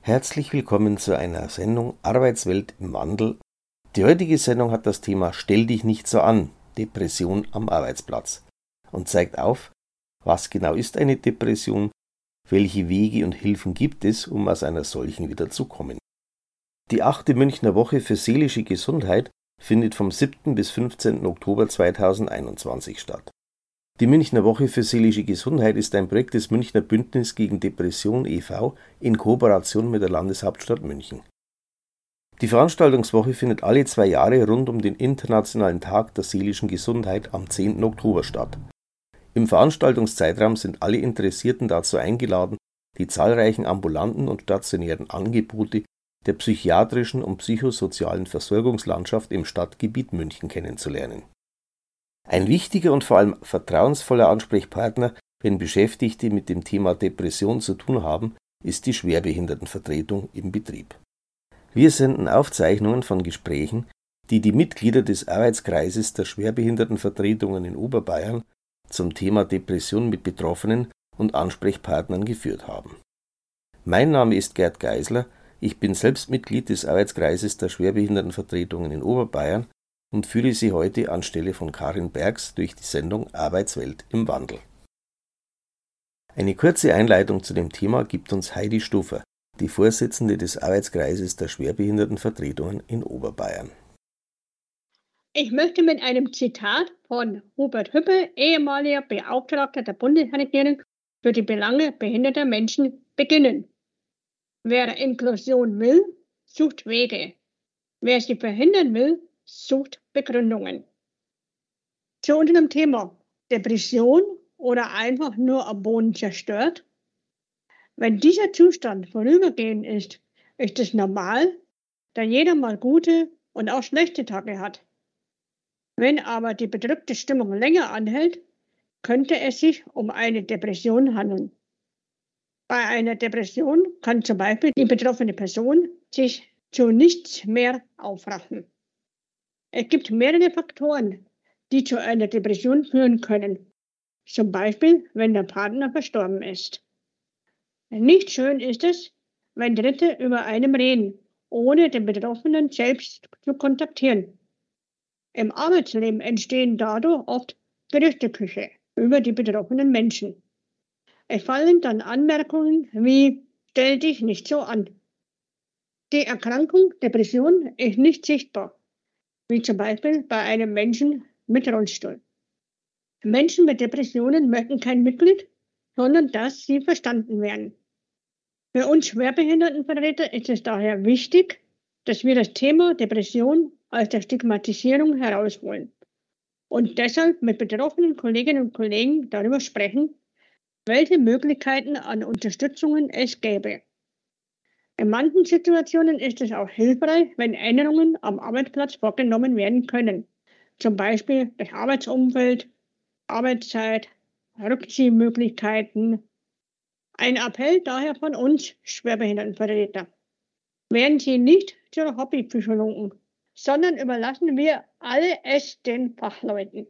Herzlich willkommen zu einer Sendung Arbeitswelt im Wandel. Die heutige Sendung hat das Thema Stell dich nicht so an, Depression am Arbeitsplatz und zeigt auf, was genau ist eine Depression, welche Wege und Hilfen gibt es, um aus einer solchen wieder zu kommen. Die 8. Münchner Woche für seelische Gesundheit findet vom 7. bis 15. Oktober 2021 statt. Die Münchner Woche für seelische Gesundheit ist ein Projekt des Münchner Bündnis gegen Depression e.V. in Kooperation mit der Landeshauptstadt München. Die Veranstaltungswoche findet alle 2 Jahre rund um den Internationalen Tag der seelischen Gesundheit am 10. Oktober statt. Im Veranstaltungszeitraum sind alle Interessierten dazu eingeladen, die zahlreichen ambulanten und stationären Angebote der psychiatrischen und psychosozialen Versorgungslandschaft im Stadtgebiet München kennenzulernen. Ein wichtiger und vor allem vertrauensvoller Ansprechpartner, wenn Beschäftigte mit dem Thema Depression zu tun haben, ist die Schwerbehindertenvertretung im Betrieb. Wir senden Aufzeichnungen von Gesprächen, die die Mitglieder des Arbeitskreises der Schwerbehindertenvertretungen in Oberbayern zum Thema Depression mit Betroffenen und Ansprechpartnern geführt haben. Mein Name ist Gerd Geisler, ich bin selbst Mitglied des Arbeitskreises der Schwerbehindertenvertretungen in Oberbayern und führe Sie heute anstelle von Karin Bergs durch die Sendung Arbeitswelt im Wandel. Eine kurze Einleitung zu dem Thema gibt uns Heidi Stuffer, die Vorsitzende des Arbeitskreises der Schwerbehindertenvertretungen in Oberbayern. Ich möchte mit einem Zitat von Hubert Hüppe, ehemaliger Beauftragter der Bundesregierung für die Belange behinderter Menschen, beginnen. Wer Inklusion will, sucht Wege. Wer sie verhindern will, sucht Begründungen. Zu unserem Thema Depression oder einfach nur am Boden zerstört. Wenn dieser Zustand vorübergehend ist, ist es normal, da jeder mal gute und auch schlechte Tage hat. Wenn aber die bedrückte Stimmung länger anhält, könnte es sich um eine Depression handeln. Bei einer Depression kann zum Beispiel die betroffene Person sich zu nichts mehr aufraffen. Es gibt mehrere Faktoren, die zu einer Depression führen können. Zum Beispiel, wenn der Partner verstorben ist. Nicht schön ist es, wenn Dritte über einem reden, ohne den Betroffenen selbst zu kontaktieren. Im Arbeitsleben entstehen dadurch oft Gerüchteküche über die betroffenen Menschen. Es fallen dann Anmerkungen wie „Stell dich nicht so an“. Die Erkrankung Depression ist nicht sichtbar, wie zum Beispiel bei einem Menschen mit Rollstuhl. Menschen mit Depressionen möchten kein Mitglied, sondern dass sie verstanden werden. Für uns Schwerbehindertenvertreter ist es daher wichtig, dass wir das Thema Depression aus der Stigmatisierung herausholen und deshalb mit betroffenen Kolleginnen und Kollegen darüber sprechen, welche Möglichkeiten an Unterstützungen es gäbe. In manchen Situationen ist es auch hilfreich, wenn Änderungen am Arbeitsplatz vorgenommen werden können, zum Beispiel durch Arbeitsumfeld, Arbeitszeit, Rückziehmöglichkeiten. Ein Appell daher von uns Schwerbehindertenvertreter. Werden Sie nicht zur Hobbypsychologen, sondern überlassen wir alle es den Fachleuten.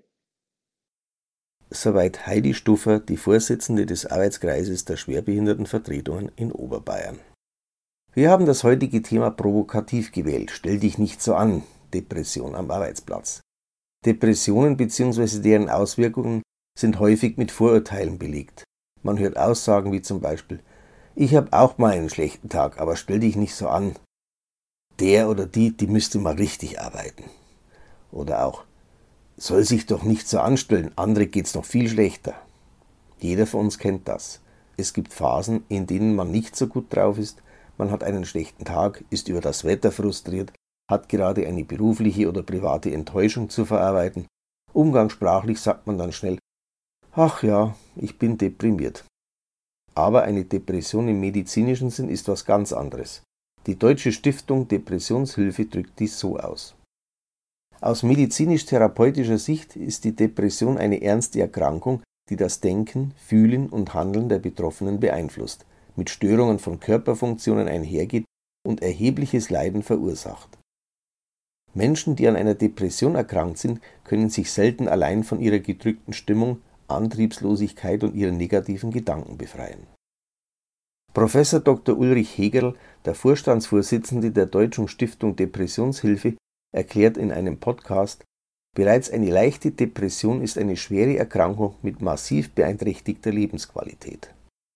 Soweit Heidi Stuffer, die Vorsitzende des Arbeitskreises der Schwerbehindertenvertretungen in Oberbayern. Wir haben das heutige Thema provokativ gewählt. Stell dich nicht so an, Depression am Arbeitsplatz. Depressionen bzw. deren Auswirkungen sind häufig mit Vorurteilen belegt. Man hört Aussagen wie zum Beispiel: Ich habe auch mal einen schlechten Tag, aber stell dich nicht so an. Der oder die müsste mal richtig arbeiten. Oder auch: Soll sich doch nicht so anstellen, andere geht's noch viel schlechter. Jeder von uns kennt das. Es gibt Phasen, in denen man nicht so gut drauf ist, man hat einen schlechten Tag, ist über das Wetter frustriert, hat gerade eine berufliche oder private Enttäuschung zu verarbeiten. Umgangssprachlich sagt man dann schnell: Ach ja, ich bin deprimiert. Aber eine Depression im medizinischen Sinn ist was ganz anderes. Die Deutsche Stiftung Depressionshilfe drückt dies so aus: Aus medizinisch-therapeutischer Sicht ist die Depression eine ernste Erkrankung, die das Denken, Fühlen und Handeln der Betroffenen beeinflusst, mit Störungen von Körperfunktionen einhergeht und erhebliches Leiden verursacht. Menschen, die an einer Depression erkrankt sind, können sich selten allein von ihrer gedrückten Stimmung, Antriebslosigkeit und ihren negativen Gedanken befreien. Professor Dr. Ulrich Hegerl, der Vorstandsvorsitzende der Deutschen Stiftung Depressionshilfe, erklärt in einem Podcast: Bereits eine leichte Depression ist eine schwere Erkrankung mit massiv beeinträchtigter Lebensqualität.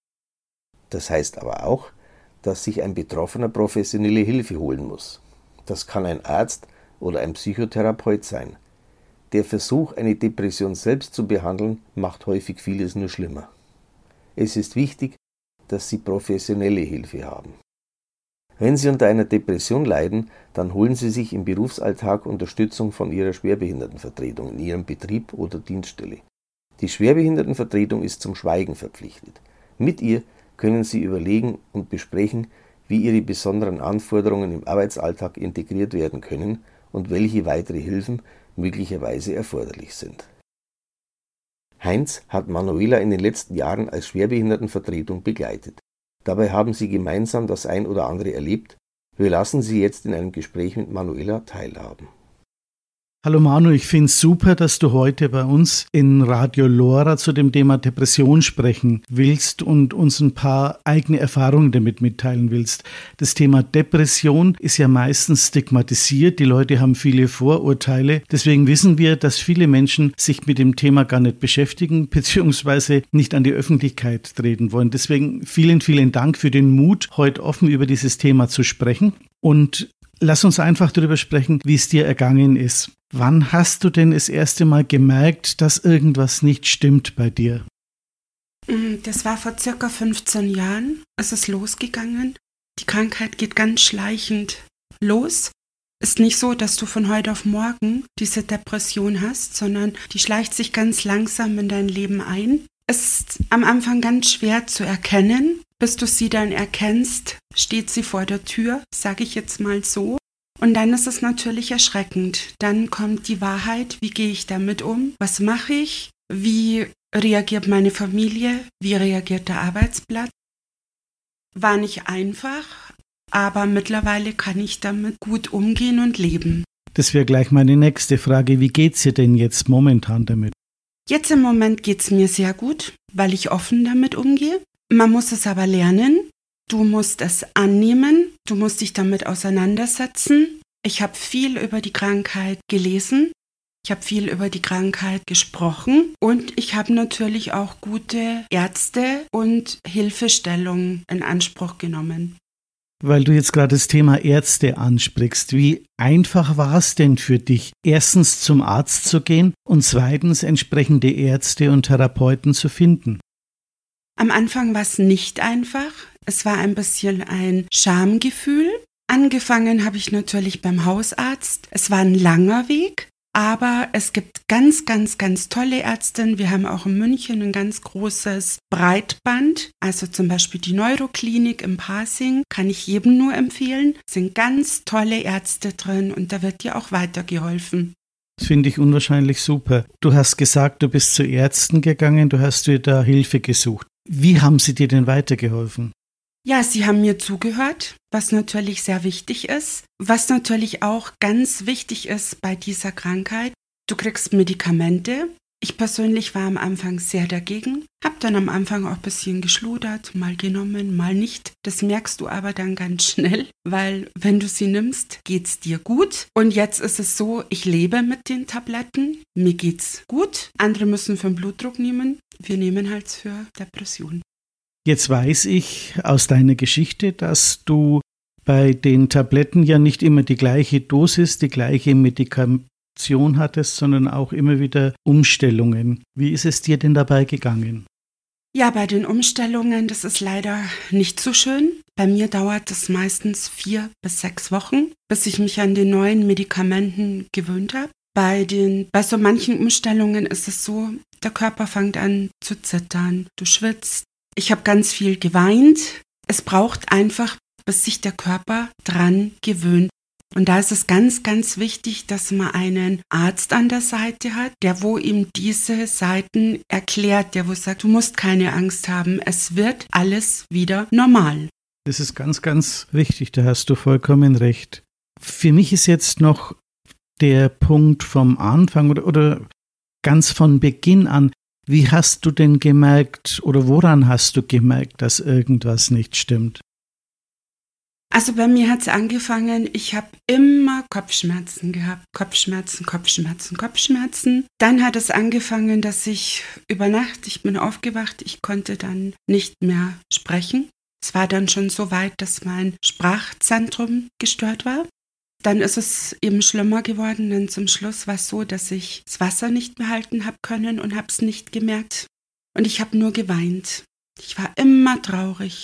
Das heißt aber auch, dass sich ein Betroffener professionelle Hilfe holen muss. Das kann ein Arzt oder ein Psychotherapeut sein. Der Versuch, eine Depression selbst zu behandeln, macht häufig vieles nur schlimmer. Es ist wichtig, dass Sie professionelle Hilfe haben. Wenn Sie unter einer Depression leiden, dann holen Sie sich im Berufsalltag Unterstützung von Ihrer Schwerbehindertenvertretung in Ihrem Betrieb oder Dienststelle. Die Schwerbehindertenvertretung ist zum Schweigen verpflichtet. Mit ihr können Sie überlegen und besprechen, wie Ihre besonderen Anforderungen im Arbeitsalltag integriert werden können und welche weitere Hilfen möglicherweise erforderlich sind. Heinz hat Manuela in den letzten Jahren als Schwerbehindertenvertretung begleitet. Dabei haben sie gemeinsam das ein oder andere erlebt. Wir lassen Sie jetzt in einem Gespräch mit Manuela teilhaben. Hallo Manu, ich finde es super, dass du heute bei uns in Radio Lora zu dem Thema Depression sprechen willst und uns ein paar eigene Erfahrungen damit mitteilen willst. Das Thema Depression ist ja meistens stigmatisiert, die Leute haben viele Vorurteile. Deswegen wissen wir, dass viele Menschen sich mit dem Thema gar nicht beschäftigen bzw. nicht an die Öffentlichkeit treten wollen. Deswegen vielen, vielen Dank für den Mut, heute offen über dieses Thema zu sprechen. Und lass uns einfach darüber sprechen, wie es dir ergangen ist. Wann hast du denn das erste Mal gemerkt, dass irgendwas nicht stimmt bei dir? Das war vor circa 15 Jahren. Es ist losgegangen. Die Krankheit geht ganz schleichend los. Ist nicht so, dass du von heute auf morgen diese Depression hast, sondern die schleicht sich ganz langsam in dein Leben ein. Es ist am Anfang ganz schwer zu erkennen. Bis du sie dann erkennst, steht sie vor der Tür, sage ich jetzt mal so. Und dann ist es natürlich erschreckend. Dann kommt die Wahrheit, wie gehe ich damit um? Was mache ich? Wie reagiert meine Familie? Wie reagiert der Arbeitsplatz? War nicht einfach, aber mittlerweile kann ich damit gut umgehen und leben. Das wäre gleich meine nächste Frage. Wie geht's dir denn jetzt momentan damit? Jetzt im Moment geht's mir sehr gut, weil ich offen damit umgehe. Man muss es aber lernen. Du musst es annehmen, du musst dich damit auseinandersetzen. Ich habe viel über die Krankheit gelesen, ich habe viel über die Krankheit gesprochen und ich habe natürlich auch gute Ärzte und Hilfestellungen in Anspruch genommen. Weil du jetzt gerade das Thema Ärzte ansprichst, wie einfach war es denn für dich, erstens zum Arzt zu gehen und zweitens entsprechende Ärzte und Therapeuten zu finden? Am Anfang war es nicht einfach. Es war ein bisschen ein Schamgefühl. Angefangen habe ich natürlich beim Hausarzt. Es war ein langer Weg, aber es gibt ganz, ganz, ganz tolle Ärztinnen. Wir haben auch in München ein ganz großes Breitband. Also zum Beispiel die Neuroklinik im Pasing kann ich jedem nur empfehlen. Es sind ganz tolle Ärzte drin und da wird dir auch weitergeholfen. Das finde ich unwahrscheinlich super. Du hast gesagt, du bist zu Ärzten gegangen, du hast dir da Hilfe gesucht. Wie haben sie dir denn weitergeholfen? Ja, sie haben mir zugehört, was natürlich sehr wichtig ist. Was natürlich auch ganz wichtig ist bei dieser Krankheit, du kriegst Medikamente. Ich persönlich war am Anfang sehr dagegen, habe dann am Anfang auch ein bisschen geschludert, mal genommen, mal nicht. Das merkst du aber dann ganz schnell, weil wenn du sie nimmst, geht's dir gut. Und jetzt ist es so, ich lebe mit den Tabletten, mir geht's gut. Andere müssen für den Blutdruck nehmen, wir nehmen halt für Depression. Jetzt weiß ich aus deiner Geschichte, dass du bei den Tabletten ja nicht immer die gleiche Dosis, die gleiche Medikation hattest, sondern auch immer wieder Umstellungen. Wie ist es dir denn dabei gegangen? Ja, bei den Umstellungen, das ist leider nicht so schön. Bei mir dauert es meistens 4 bis 6 Wochen, bis ich mich an den neuen Medikamenten gewöhnt habe. Bei so manchen Umstellungen ist es so, der Körper fängt an zu zittern, du schwitzt. Ich habe ganz viel geweint. Es braucht einfach, bis sich der Körper dran gewöhnt. Und da ist es ganz, ganz wichtig, dass man einen Arzt an der Seite hat, der wo ihm diese Seiten erklärt, der wo sagt, du musst keine Angst haben, es wird alles wieder normal. Das ist ganz, ganz wichtig, da hast du vollkommen recht. Für mich ist jetzt noch der Punkt vom Anfang oder ganz von Beginn an, Wie hast du denn gemerkt oder woran hast du gemerkt, dass irgendwas nicht stimmt? Also bei mir hat es angefangen, ich habe immer Kopfschmerzen gehabt. Kopfschmerzen. Dann hat es angefangen, dass ich über Nacht, ich bin aufgewacht, ich konnte dann nicht mehr sprechen. Es war dann schon so weit, dass mein Sprachzentrum gestört war. Dann ist es eben schlimmer geworden, denn zum Schluss war es so, dass ich das Wasser nicht mehr halten habe können und habe es nicht gemerkt. Und ich habe nur geweint. Ich war immer traurig.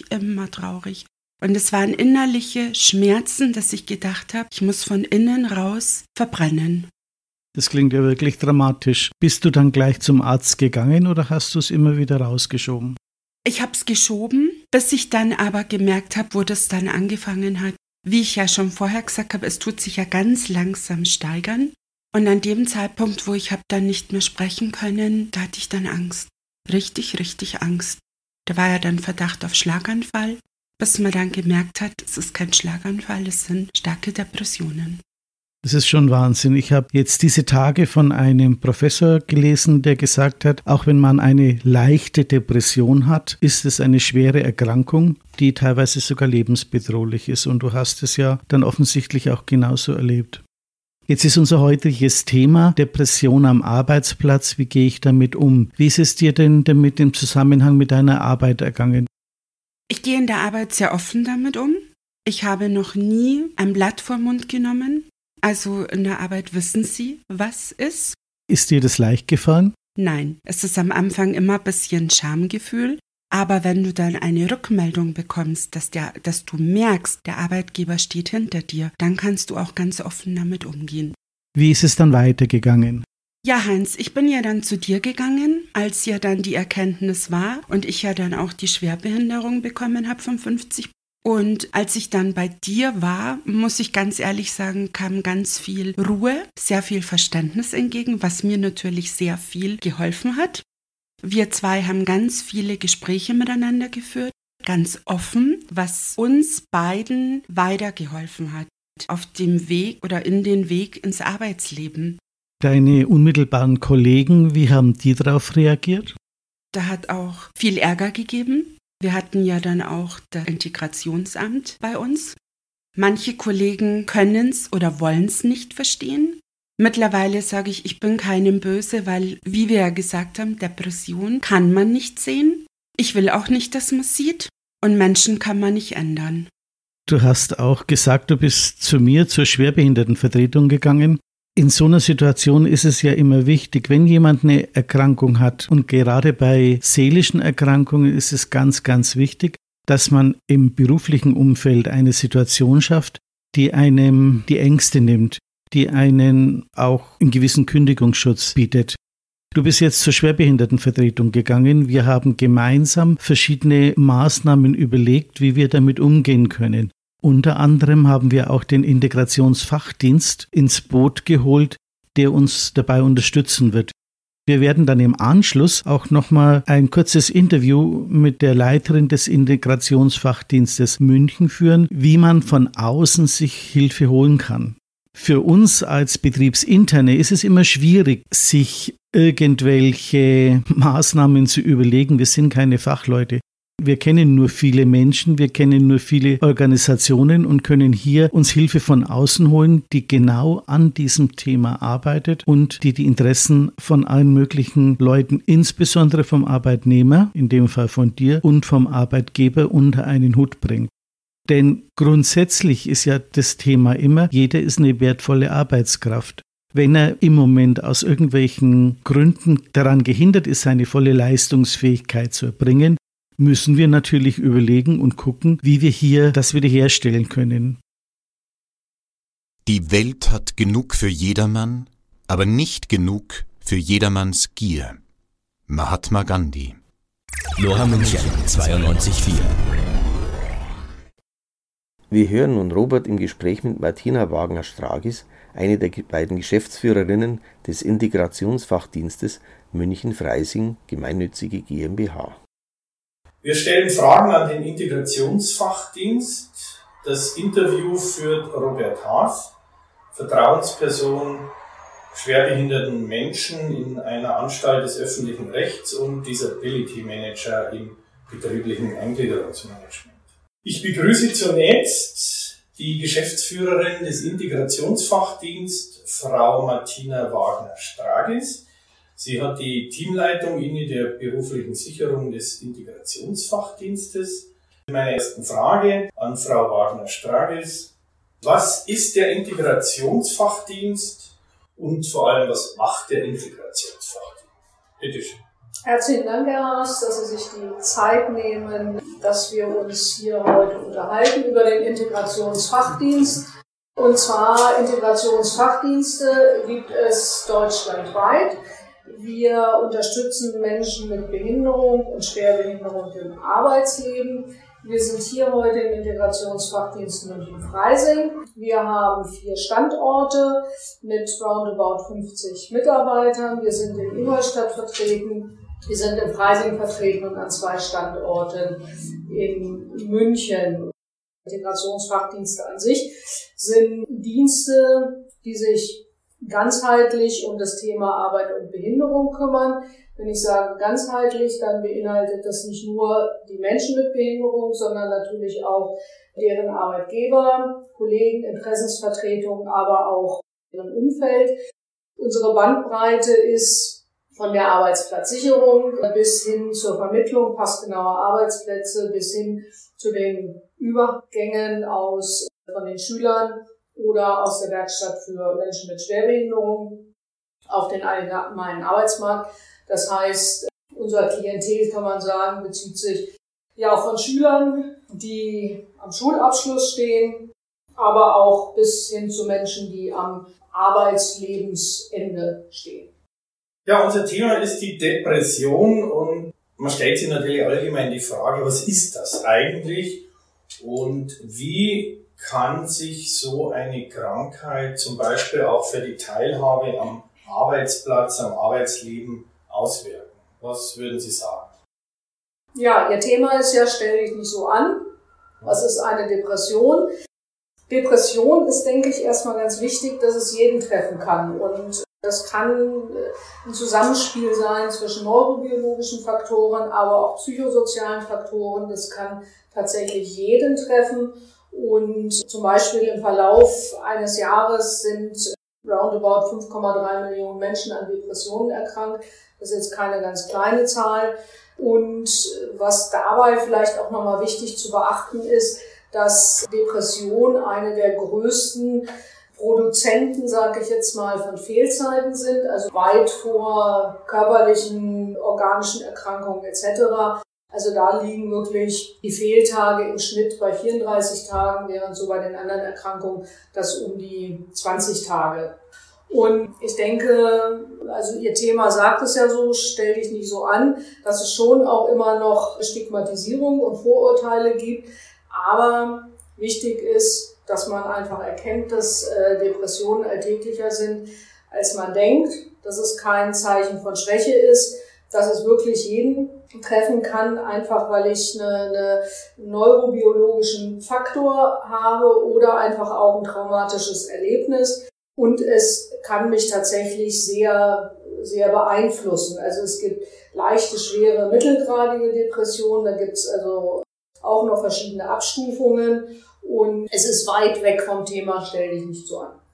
Und es waren innerliche Schmerzen, dass ich gedacht habe, ich muss von innen raus verbrennen. Das klingt ja wirklich dramatisch. Bist du dann gleich zum Arzt gegangen oder hast du es immer wieder rausgeschoben? Ich habe es geschoben, bis ich dann aber gemerkt habe, wo das dann angefangen hat. Wie ich ja schon vorher gesagt habe, es tut sich ja ganz langsam steigern. Und an dem Zeitpunkt, wo ich habe dann nicht mehr sprechen können, da hatte ich dann Angst. Richtig Angst. Da war ja dann Verdacht auf Schlaganfall, bis man dann gemerkt hat, es ist kein Schlaganfall, es sind starke Depressionen. Das ist schon Wahnsinn. Ich habe jetzt diese Tage von einem Professor gelesen, der gesagt hat, auch wenn man eine leichte Depression hat, ist es eine schwere Erkrankung, die teilweise sogar lebensbedrohlich ist. Und du hast es ja dann offensichtlich auch genauso erlebt. Jetzt ist unser heutiges Thema Depression am Arbeitsplatz. Wie gehe ich damit um? Wie ist es dir denn damit im Zusammenhang mit deiner Arbeit ergangen? Ich gehe in der Arbeit sehr offen damit um. Ich habe noch nie ein Blatt vor den Mund genommen. Also in der Arbeit wissen Sie, was ist. Ist dir das leicht gefallen? Nein, es ist am Anfang immer ein bisschen Schamgefühl. Aber wenn du dann eine Rückmeldung bekommst, dass du merkst, der Arbeitgeber steht hinter dir, dann kannst du auch ganz offen damit umgehen. Wie ist es dann weitergegangen? Ja, Heinz, ich bin ja dann zu dir gegangen, als ja dann die Erkenntnis war und ich ja dann auch die Schwerbehinderung bekommen habe von 50. Und als ich dann bei dir war, muss ich ganz ehrlich sagen, kam ganz viel Ruhe, sehr viel Verständnis entgegen, was mir natürlich sehr viel geholfen hat. Wir zwei haben ganz viele Gespräche miteinander geführt, ganz offen, was uns beiden weitergeholfen hat auf dem Weg oder in den Weg ins Arbeitsleben. Deine unmittelbaren Kollegen, wie haben die darauf reagiert? Da hat auch viel Ärger gegeben. Wir hatten ja dann auch das Integrationsamt bei uns. Manche Kollegen können es oder wollen es nicht verstehen. Mittlerweile sage ich bin keinem böse, weil, wie wir ja gesagt haben, Depression kann man nicht sehen. Ich will auch nicht, dass man es sieht. Und Menschen kann man nicht ändern. Du hast auch gesagt, du bist zu mir zur Schwerbehindertenvertretung gegangen. In so einer Situation ist es ja immer wichtig, wenn jemand eine Erkrankung hat, und gerade bei seelischen Erkrankungen ist es ganz, ganz wichtig, dass man im beruflichen Umfeld eine Situation schafft, die einem die Ängste nimmt, die einen auch einen gewissen Kündigungsschutz bietet. Du bist jetzt zur Schwerbehindertenvertretung gegangen. Wir haben gemeinsam verschiedene Maßnahmen überlegt, wie wir damit umgehen können. Unter anderem haben wir auch den Integrationsfachdienst ins Boot geholt, der uns dabei unterstützen wird. Wir werden dann im Anschluss auch nochmal ein kurzes Interview mit der Leiterin des Integrationsfachdienstes München führen, wie man von außen sich Hilfe holen kann. Für uns als Betriebsinterne ist es immer schwierig, sich irgendwelche Maßnahmen zu überlegen. Wir sind keine Fachleute. Wir kennen nur viele Menschen, wir kennen nur viele Organisationen und können hier uns Hilfe von außen holen, die genau an diesem Thema arbeitet und die Interessen von allen möglichen Leuten, insbesondere vom Arbeitnehmer, in dem Fall von dir, und vom Arbeitgeber unter einen Hut bringt. Denn grundsätzlich ist ja das Thema immer, jeder ist eine wertvolle Arbeitskraft. Wenn er im Moment aus irgendwelchen Gründen daran gehindert ist, seine volle Leistungsfähigkeit zu erbringen, müssen wir natürlich überlegen und gucken, wie wir hier das wiederherstellen können. Die Welt hat genug für jedermann, aber nicht genug für jedermanns Gier. Mahatma Gandhi. Lora München 92,4. Wir hören nun Robert im Gespräch mit Martina Wagner-Stragis, eine der beiden Geschäftsführerinnen des Integrationsfachdienstes München-Freising Gemeinnützige GmbH. Wir stellen Fragen an den Integrationsfachdienst. Das Interview führt Robert Haas, Vertrauensperson schwerbehinderten Menschen in einer Anstalt des öffentlichen Rechts und Disability Manager im betrieblichen Eingliederungsmanagement. Ich begrüße zunächst die Geschäftsführerin des Integrationsfachdienstes, Frau Martina Wagner-Stragis. Sie hat die Teamleitung inne der beruflichen Sicherung des Integrationsfachdienstes. Meine erste Frage an Frau Wagner-Stragis. Was ist der Integrationsfachdienst und vor allem, was macht der Integrationsfachdienst? Bitte schön. Herzlichen Dank, Herr Haas, dass Sie sich die Zeit nehmen, dass wir uns hier heute unterhalten über den Integrationsfachdienst. Und zwar Integrationsfachdienste gibt es deutschlandweit. Wir unterstützen Menschen mit Behinderung und Schwerbehinderung im Arbeitsleben. Wir sind hier heute im Integrationsfachdienst München-Freising. Wir haben 4 Standorte mit roundabout 50 Mitarbeitern. Wir sind in Ingolstadt vertreten, wir sind in Freising vertreten und an 2 Standorten in München. Integrationsfachdienste an sich sind Dienste, die sich ganzheitlich um das Thema Arbeit und Behinderung kümmern. Wenn ich sage ganzheitlich, dann beinhaltet das nicht nur die Menschen mit Behinderung, sondern natürlich auch deren Arbeitgeber, Kollegen, Interessensvertretungen, aber auch deren Umfeld. Unsere Bandbreite ist von der Arbeitsplatzsicherung bis hin zur Vermittlung passgenauer Arbeitsplätze, bis hin zu den Übergängen von den Schülern oder aus der Werkstatt für Menschen mit Schwerbehinderung auf den allgemeinen Arbeitsmarkt. Das heißt, unser Klientel, kann man sagen, bezieht sich ja auch von Schülern, die am Schulabschluss stehen, aber auch bis hin zu Menschen, die am Arbeitslebensende stehen. Ja, unser Thema ist die Depression und man stellt sich natürlich allgemein die Frage, was ist das eigentlich und wie kann sich so eine Krankheit zum Beispiel auch für die Teilhabe am Arbeitsplatz, am Arbeitsleben auswirken? Was würden Sie sagen? Ja, Ihr Thema ist ja, stell dich nicht so an. Was ist eine Depression? Depression ist, denke ich, erstmal ganz wichtig, dass es jeden treffen kann. Und das kann ein Zusammenspiel sein zwischen neurobiologischen Faktoren, aber auch psychosozialen Faktoren. Das kann tatsächlich jeden treffen. Und zum Beispiel im Verlauf eines Jahres sind roundabout 5,3 Millionen Menschen an Depressionen erkrankt. Das ist jetzt keine ganz kleine Zahl. Und was dabei vielleicht auch nochmal wichtig zu beachten ist, dass Depression eine der größten Produzenten, sage ich jetzt mal, von Fehlzeiten sind, also weit vor körperlichen, organischen Erkrankungen etc. Also da liegen wirklich die Fehltage im Schnitt bei 34 Tagen, während so bei den anderen Erkrankungen das um die 20 Tage. Und ich denke, also Ihr Thema sagt es ja so, stell dich nicht so an, dass es schon auch immer noch Stigmatisierung und Vorurteile gibt. Aber wichtig ist, dass man einfach erkennt, dass Depressionen alltäglicher sind, als man denkt, dass es kein Zeichen von Schwäche ist, dass es wirklich jeden treffen kann, einfach weil ich einen neurobiologischen Faktor habe oder einfach auch ein traumatisches Erlebnis. Und es kann mich tatsächlich sehr, sehr beeinflussen. Also es gibt leichte, schwere, mittelgradige Depressionen, da gibt es also auch noch verschiedene Abstufungen. Und es ist weit weg vom Thema, stell dich nicht so an.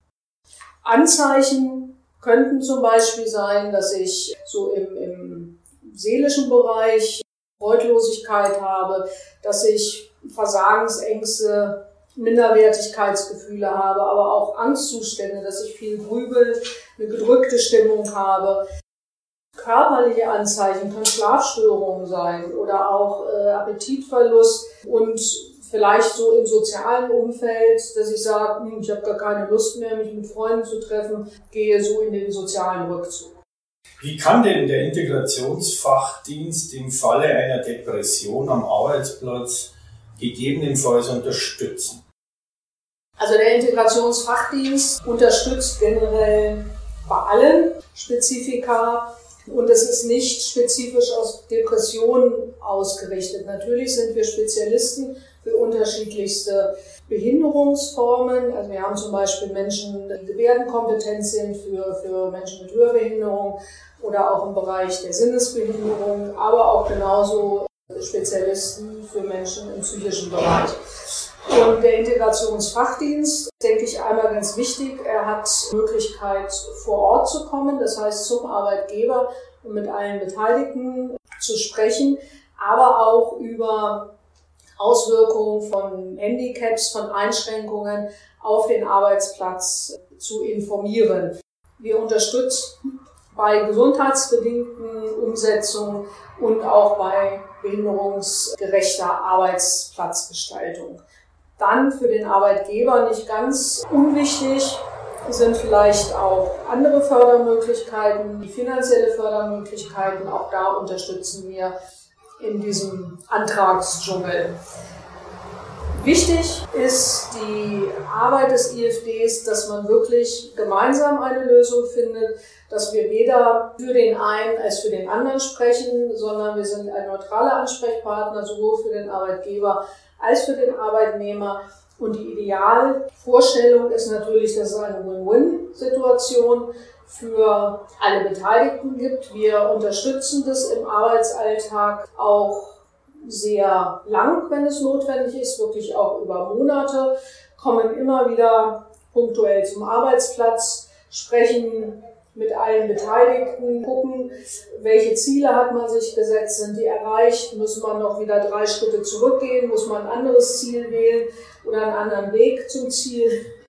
Anzeichen könnten zum Beispiel sein, dass ich so im seelischen Bereich Freudlosigkeit habe, dass ich Versagensängste, Minderwertigkeitsgefühle habe, aber auch Angstzustände, dass ich viel grübel, eine gedrückte Stimmung habe. Körperliche Anzeichen können Schlafstörungen sein oder auch Appetitverlust und vielleicht so im sozialen Umfeld, dass ich sage, ich habe gar keine Lust mehr, mich mit Freunden zu treffen, gehe so in den sozialen Rückzug. Wie kann denn der Integrationsfachdienst im Falle einer Depression am Arbeitsplatz gegebenenfalls unterstützen? Also der Integrationsfachdienst unterstützt generell bei allen Spezifika. Und es ist nicht spezifisch auf Depressionen ausgerichtet. Natürlich sind wir Spezialisten für unterschiedlichste Behinderungsformen. Also wir haben zum Beispiel Menschen, die gebärdenkompetent sind für Menschen mit Hörbehinderung oder auch im Bereich der Sinnesbehinderung, aber auch genauso Spezialisten für Menschen im psychischen Bereich. Und der Integrationsfachdienst, denke ich, einmal ganz wichtig, er hat Möglichkeit, vor Ort zu kommen, das heißt zum Arbeitgeber und mit allen Beteiligten zu sprechen, aber auch über Auswirkungen von Handicaps, von Einschränkungen auf den Arbeitsplatz zu informieren. Wir unterstützen bei gesundheitsbedingten Umsetzungen und auch bei behinderungsgerechter Arbeitsplatzgestaltung. Dann für den Arbeitgeber nicht ganz unwichtig sind vielleicht auch andere Fördermöglichkeiten, die finanzielle Fördermöglichkeiten. Auch da unterstützen wir in diesem Antragsdschungel. Wichtig ist die Arbeit des IFDs, dass man wirklich gemeinsam eine Lösung findet, dass wir weder für den einen als für den anderen sprechen, sondern wir sind ein neutraler Ansprechpartner, sowohl für den Arbeitgeber als für den Arbeitnehmer. Und die Idealvorstellung ist natürlich, dass es eine Win-Win-Situation für alle Beteiligten gibt. Wir unterstützen das im Arbeitsalltag auch sehr lang, wenn es notwendig ist, wirklich auch über Monate, kommen immer wieder punktuell zum Arbeitsplatz, sprechen mit allen Beteiligten, gucken, welche Ziele hat man sich gesetzt, sind die erreicht, muss man noch wieder 3 Schritte zurückgehen, muss man ein anderes Ziel wählen oder einen anderen Weg zum Ziel.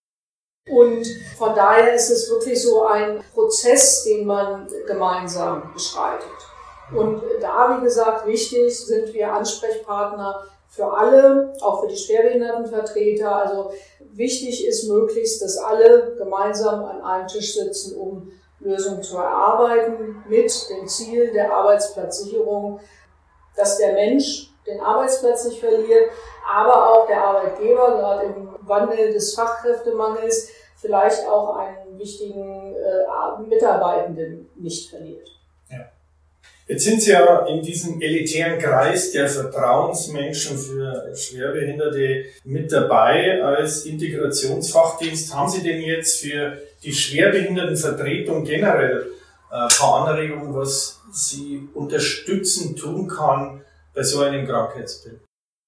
Und von daher ist es wirklich so ein Prozess, den man gemeinsam beschreitet. Und da, wie gesagt, wichtig sind wir Ansprechpartner für alle, auch für die Schwerbehindertenvertreter. Also wichtig ist möglichst, dass alle gemeinsam an einem Tisch sitzen, um Lösungen zu erarbeiten mit dem Ziel der Arbeitsplatzsicherung, dass der Mensch den Arbeitsplatz nicht verliert, aber auch der Arbeitgeber, gerade im Wandel des Fachkräftemangels, vielleicht auch einen wichtigen Mitarbeitenden nicht verliert. Ja. Jetzt sind Sie ja in diesem elitären Kreis der Vertrauensmenschen für Schwerbehinderte mit dabei als Integrationsfachdienst. Haben Sie denn jetzt für die Schwerbehindertenvertretung generell ein paar Anregungen, was sie unterstützend tun kann bei so einem Krankheitsbild?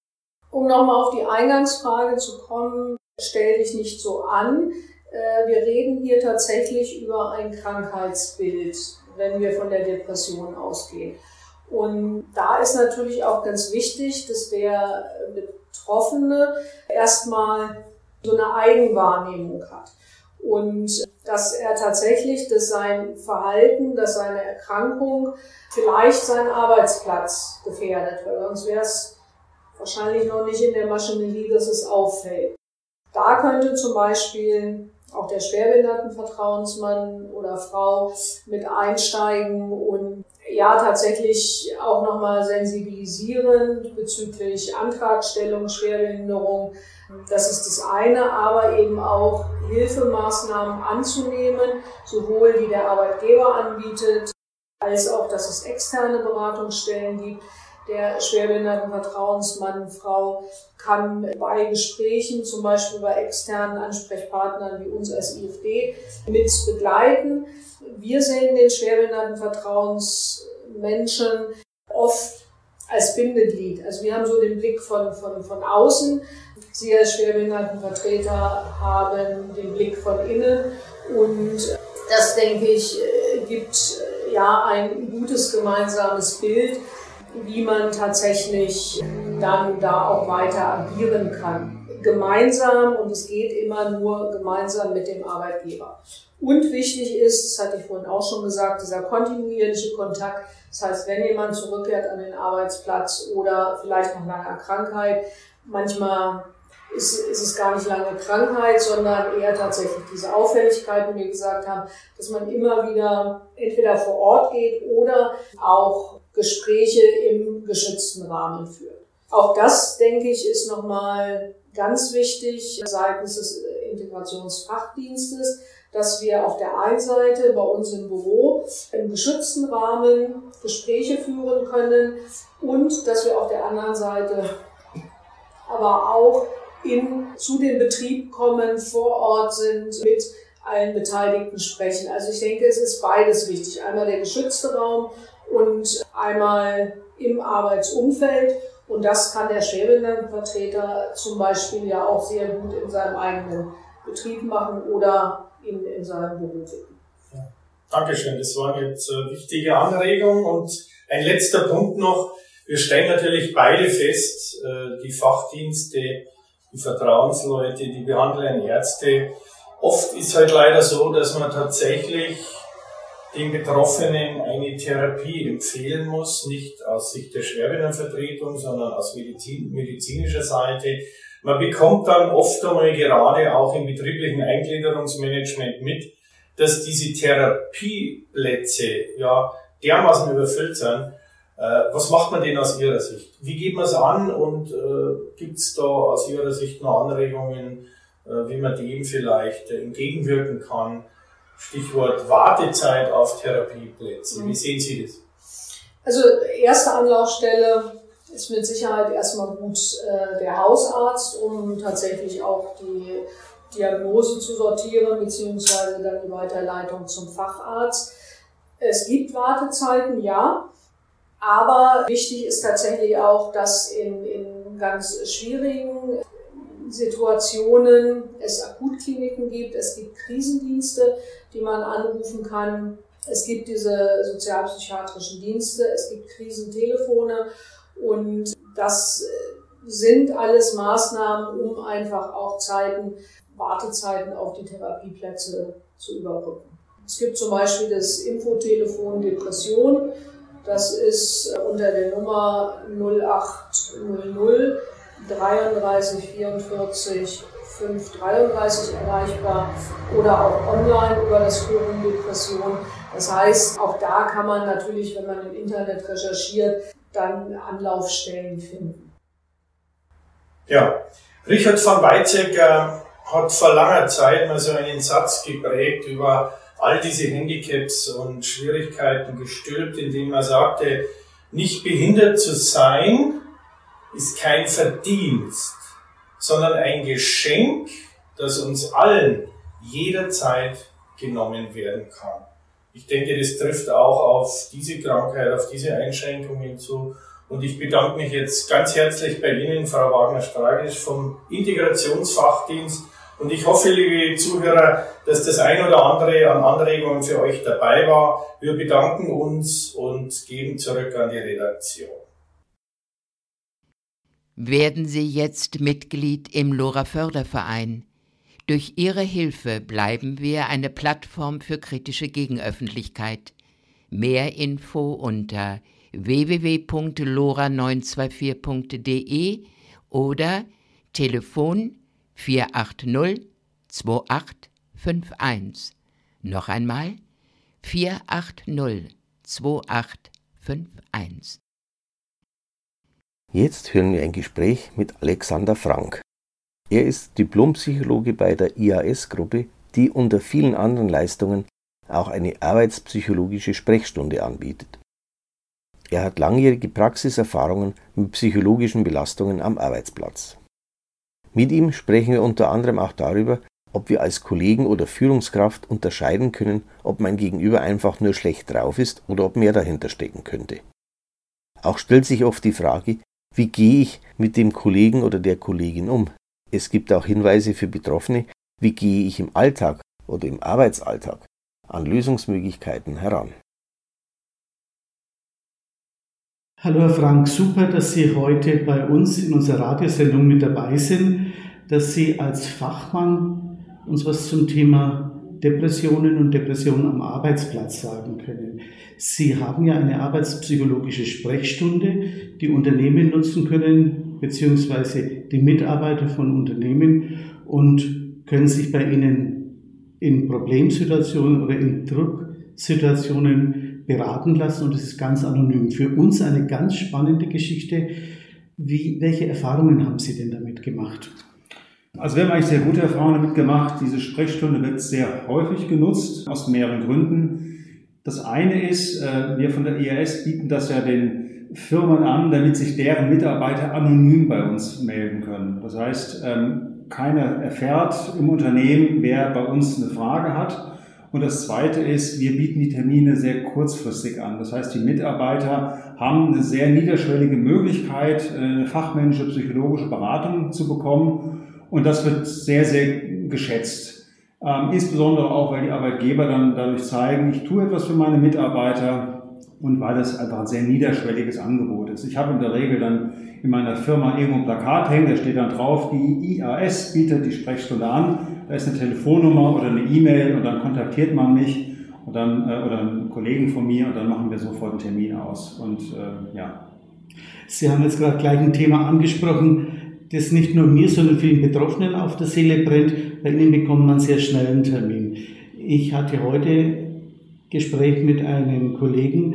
Um nochmal auf die Eingangsfrage zu kommen, stell dich nicht so an. Wir reden hier tatsächlich über ein Krankheitsbild, wenn wir von der Depression ausgehen. Und da ist natürlich auch ganz wichtig, dass der Betroffene erstmal so eine Eigenwahrnehmung hat. Und dass er tatsächlich, dass sein Verhalten, dass seine Erkrankung vielleicht seinen Arbeitsplatz gefährdet, weil sonst wäre es wahrscheinlich noch nicht in der Maschinerie, dass es auffällt. Da könnte zum Beispiel auch der Schwerbehindertenvertrauensmann oder Frau mit einsteigen und ja tatsächlich auch nochmal sensibilisieren bezüglich Antragstellung, Schwerbehinderung. Das ist das eine, aber eben auch Hilfemaßnahmen anzunehmen, sowohl die der Arbeitgeber anbietet, als auch, dass es externe Beratungsstellen gibt. Der Schwerbehindertenvertrauensmann, Frau kann bei Gesprächen, zum Beispiel bei externen Ansprechpartnern wie uns als IFD, mit begleiten. Wir sehen den Schwerbehindertenvertrauensmenschen oft als Bindeglied. Also wir haben so den Blick von außen. Sie als Schwerbehindertenvertreter haben den Blick von innen. Und das, denke ich, gibt ja ein gutes gemeinsames Bild, wie man tatsächlich dann da auch weiter agieren kann. Gemeinsam, und es geht immer nur gemeinsam mit dem Arbeitgeber. Und wichtig ist, das hatte ich vorhin auch schon gesagt, dieser kontinuierliche Kontakt. Das heißt, wenn jemand zurückkehrt an den Arbeitsplatz oder vielleicht nach langer Krankheit, manchmal ist es gar nicht lange Krankheit, sondern eher tatsächlich diese Auffälligkeiten, wie wir gesagt haben, dass man immer wieder entweder vor Ort geht oder auch Gespräche im geschützten Rahmen führt. Auch das, denke ich, ist nochmal ganz wichtig seitens des Integrationsfachdienstes, dass wir auf der einen Seite bei uns im Büro im geschützten Rahmen Gespräche führen können und dass wir auf der anderen Seite aber auch zu den Betrieb kommen, vor Ort sind, mit allen Beteiligten sprechen. Also ich denke, es ist beides wichtig. Einmal der geschützte Raum und einmal im Arbeitsumfeld. Und das kann der Schwerbehindertenvertreter zum Beispiel ja auch sehr gut in seinem eigenen Betrieb machen oder in seinem Beruf. Ja. Dankeschön, das waren jetzt wichtige Anregungen. Und ein letzter Punkt noch. Wir stellen natürlich beide fest, die Fachdienste, die Vertrauensleute, die behandelnden Ärzte. Oft ist halt leider so, dass man tatsächlich den Betroffenen eine Therapie empfehlen muss, nicht aus Sicht der Schwerbehindertenvertretung, sondern aus medizinischer Seite. Man bekommt dann oft einmal gerade auch im betrieblichen Eingliederungsmanagement mit, dass diese Therapieplätze ja dermaßen überfüllt sind. Was macht man denn aus Ihrer Sicht? Wie geht man es an und gibt es da aus Ihrer Sicht noch Anregungen, wie man dem vielleicht entgegenwirken kann? Stichwort Wartezeit auf Therapieplätze. Wie sehen Sie das? Also erste Anlaufstelle ist mit Sicherheit erstmal gut der Hausarzt, um tatsächlich auch die Diagnose zu sortieren, beziehungsweise dann die Weiterleitung zum Facharzt. Es gibt Wartezeiten, ja, aber wichtig ist tatsächlich auch, dass in ganz schwierigen Situationen es Akutkliniken gibt, es gibt Krisendienste, die man anrufen kann, es gibt diese sozialpsychiatrischen Dienste, es gibt Krisentelefone und das sind alles Maßnahmen, um einfach auch Wartezeiten auf die Therapieplätze zu überbrücken. Es gibt zum Beispiel das Infotelefon Depression, das ist unter der Nummer 0800 33 44 533 erreichbar oder auch online über das Forum Depression. Das heißt, auch da kann man natürlich, wenn man im Internet recherchiert, dann Anlaufstellen finden. Ja, Richard von Weizsäcker hat vor langer Zeit mal so einen Satz geprägt über all diese Handicaps und Schwierigkeiten gestülpt, indem er sagte, nicht behindert zu sein ist kein Verdienst, sondern ein Geschenk, das uns allen jederzeit genommen werden kann. Ich denke, das trifft auch auf diese Krankheit, auf diese Einschränkungen zu. Und ich bedanke mich jetzt ganz herzlich bei Ihnen, Frau Wagner-Stragisch vom Integrationsfachdienst. Und ich hoffe, liebe Zuhörer, dass das ein oder andere an Anregungen für euch dabei war. Wir bedanken uns und geben zurück an die Redaktion. Werden Sie jetzt Mitglied im LoRa-Förderverein. Durch Ihre Hilfe bleiben wir eine Plattform für kritische Gegenöffentlichkeit. Mehr Info unter www.lora924.de oder Telefon 480 2851. Noch einmal 480 2851. Jetzt hören wir ein Gespräch mit Alexander Frank. Er ist Diplompsychologe bei der IAS-Gruppe, die unter vielen anderen Leistungen auch eine arbeitspsychologische Sprechstunde anbietet. Er hat langjährige Praxiserfahrungen mit psychologischen Belastungen am Arbeitsplatz. Mit ihm sprechen wir unter anderem auch darüber, ob wir als Kollegen oder Führungskraft unterscheiden können, ob mein Gegenüber einfach nur schlecht drauf ist oder ob mehr dahinter stecken könnte. Auch stellt sich oft die Frage, wie gehe ich mit dem Kollegen oder der Kollegin um? Es gibt auch Hinweise für Betroffene, wie gehe ich im Alltag oder im Arbeitsalltag an Lösungsmöglichkeiten heran. Hallo Herr Frank, super, dass Sie heute bei uns in unserer Radiosendung mit dabei sind, dass Sie als Fachmann uns was zum Thema Depressionen und Depressionen am Arbeitsplatz sagen können. Sie haben ja eine arbeitspsychologische Sprechstunde, die Unternehmen nutzen können, beziehungsweise die Mitarbeiter von Unternehmen und können sich bei Ihnen in Problemsituationen oder in Drucksituationen beraten lassen und es ist ganz anonym. Für uns eine ganz spannende Geschichte. Welche Erfahrungen haben Sie denn damit gemacht? Also wir haben eigentlich sehr gute Erfahrungen damit gemacht. Diese Sprechstunde wird sehr häufig genutzt, aus mehreren Gründen. Das eine ist, wir von der IAS bieten das ja den Firmen an, damit sich deren Mitarbeiter anonym bei uns melden können. Das heißt, keiner erfährt im Unternehmen, wer bei uns eine Frage hat. Und das Zweite ist, wir bieten die Termine sehr kurzfristig an. Das heißt, die Mitarbeiter haben eine sehr niederschwellige Möglichkeit, eine fachmännische, psychologische Beratung zu bekommen. Und das wird sehr, sehr geschätzt. Insbesondere auch, weil die Arbeitgeber dann dadurch zeigen, ich tue etwas für meine Mitarbeiter und weil das einfach ein sehr niederschwelliges Angebot ist. Ich habe in der Regel dann in meiner Firma irgendwo ein Plakat hängen, da steht dann drauf, die IAS bietet die Sprechstunde an. Da ist eine Telefonnummer oder eine E-Mail und dann kontaktiert man mich und dann, oder einen Kollegen von mir und dann machen wir sofort einen Termin aus. Und ja. Sie haben jetzt gerade gleich ein Thema angesprochen, das nicht nur mir, sondern vielen Betroffenen auf der Seele brennt. Bei Ihnen bekommt man sehr schnell einen Termin. Ich hatte heute Gespräch mit einem Kollegen,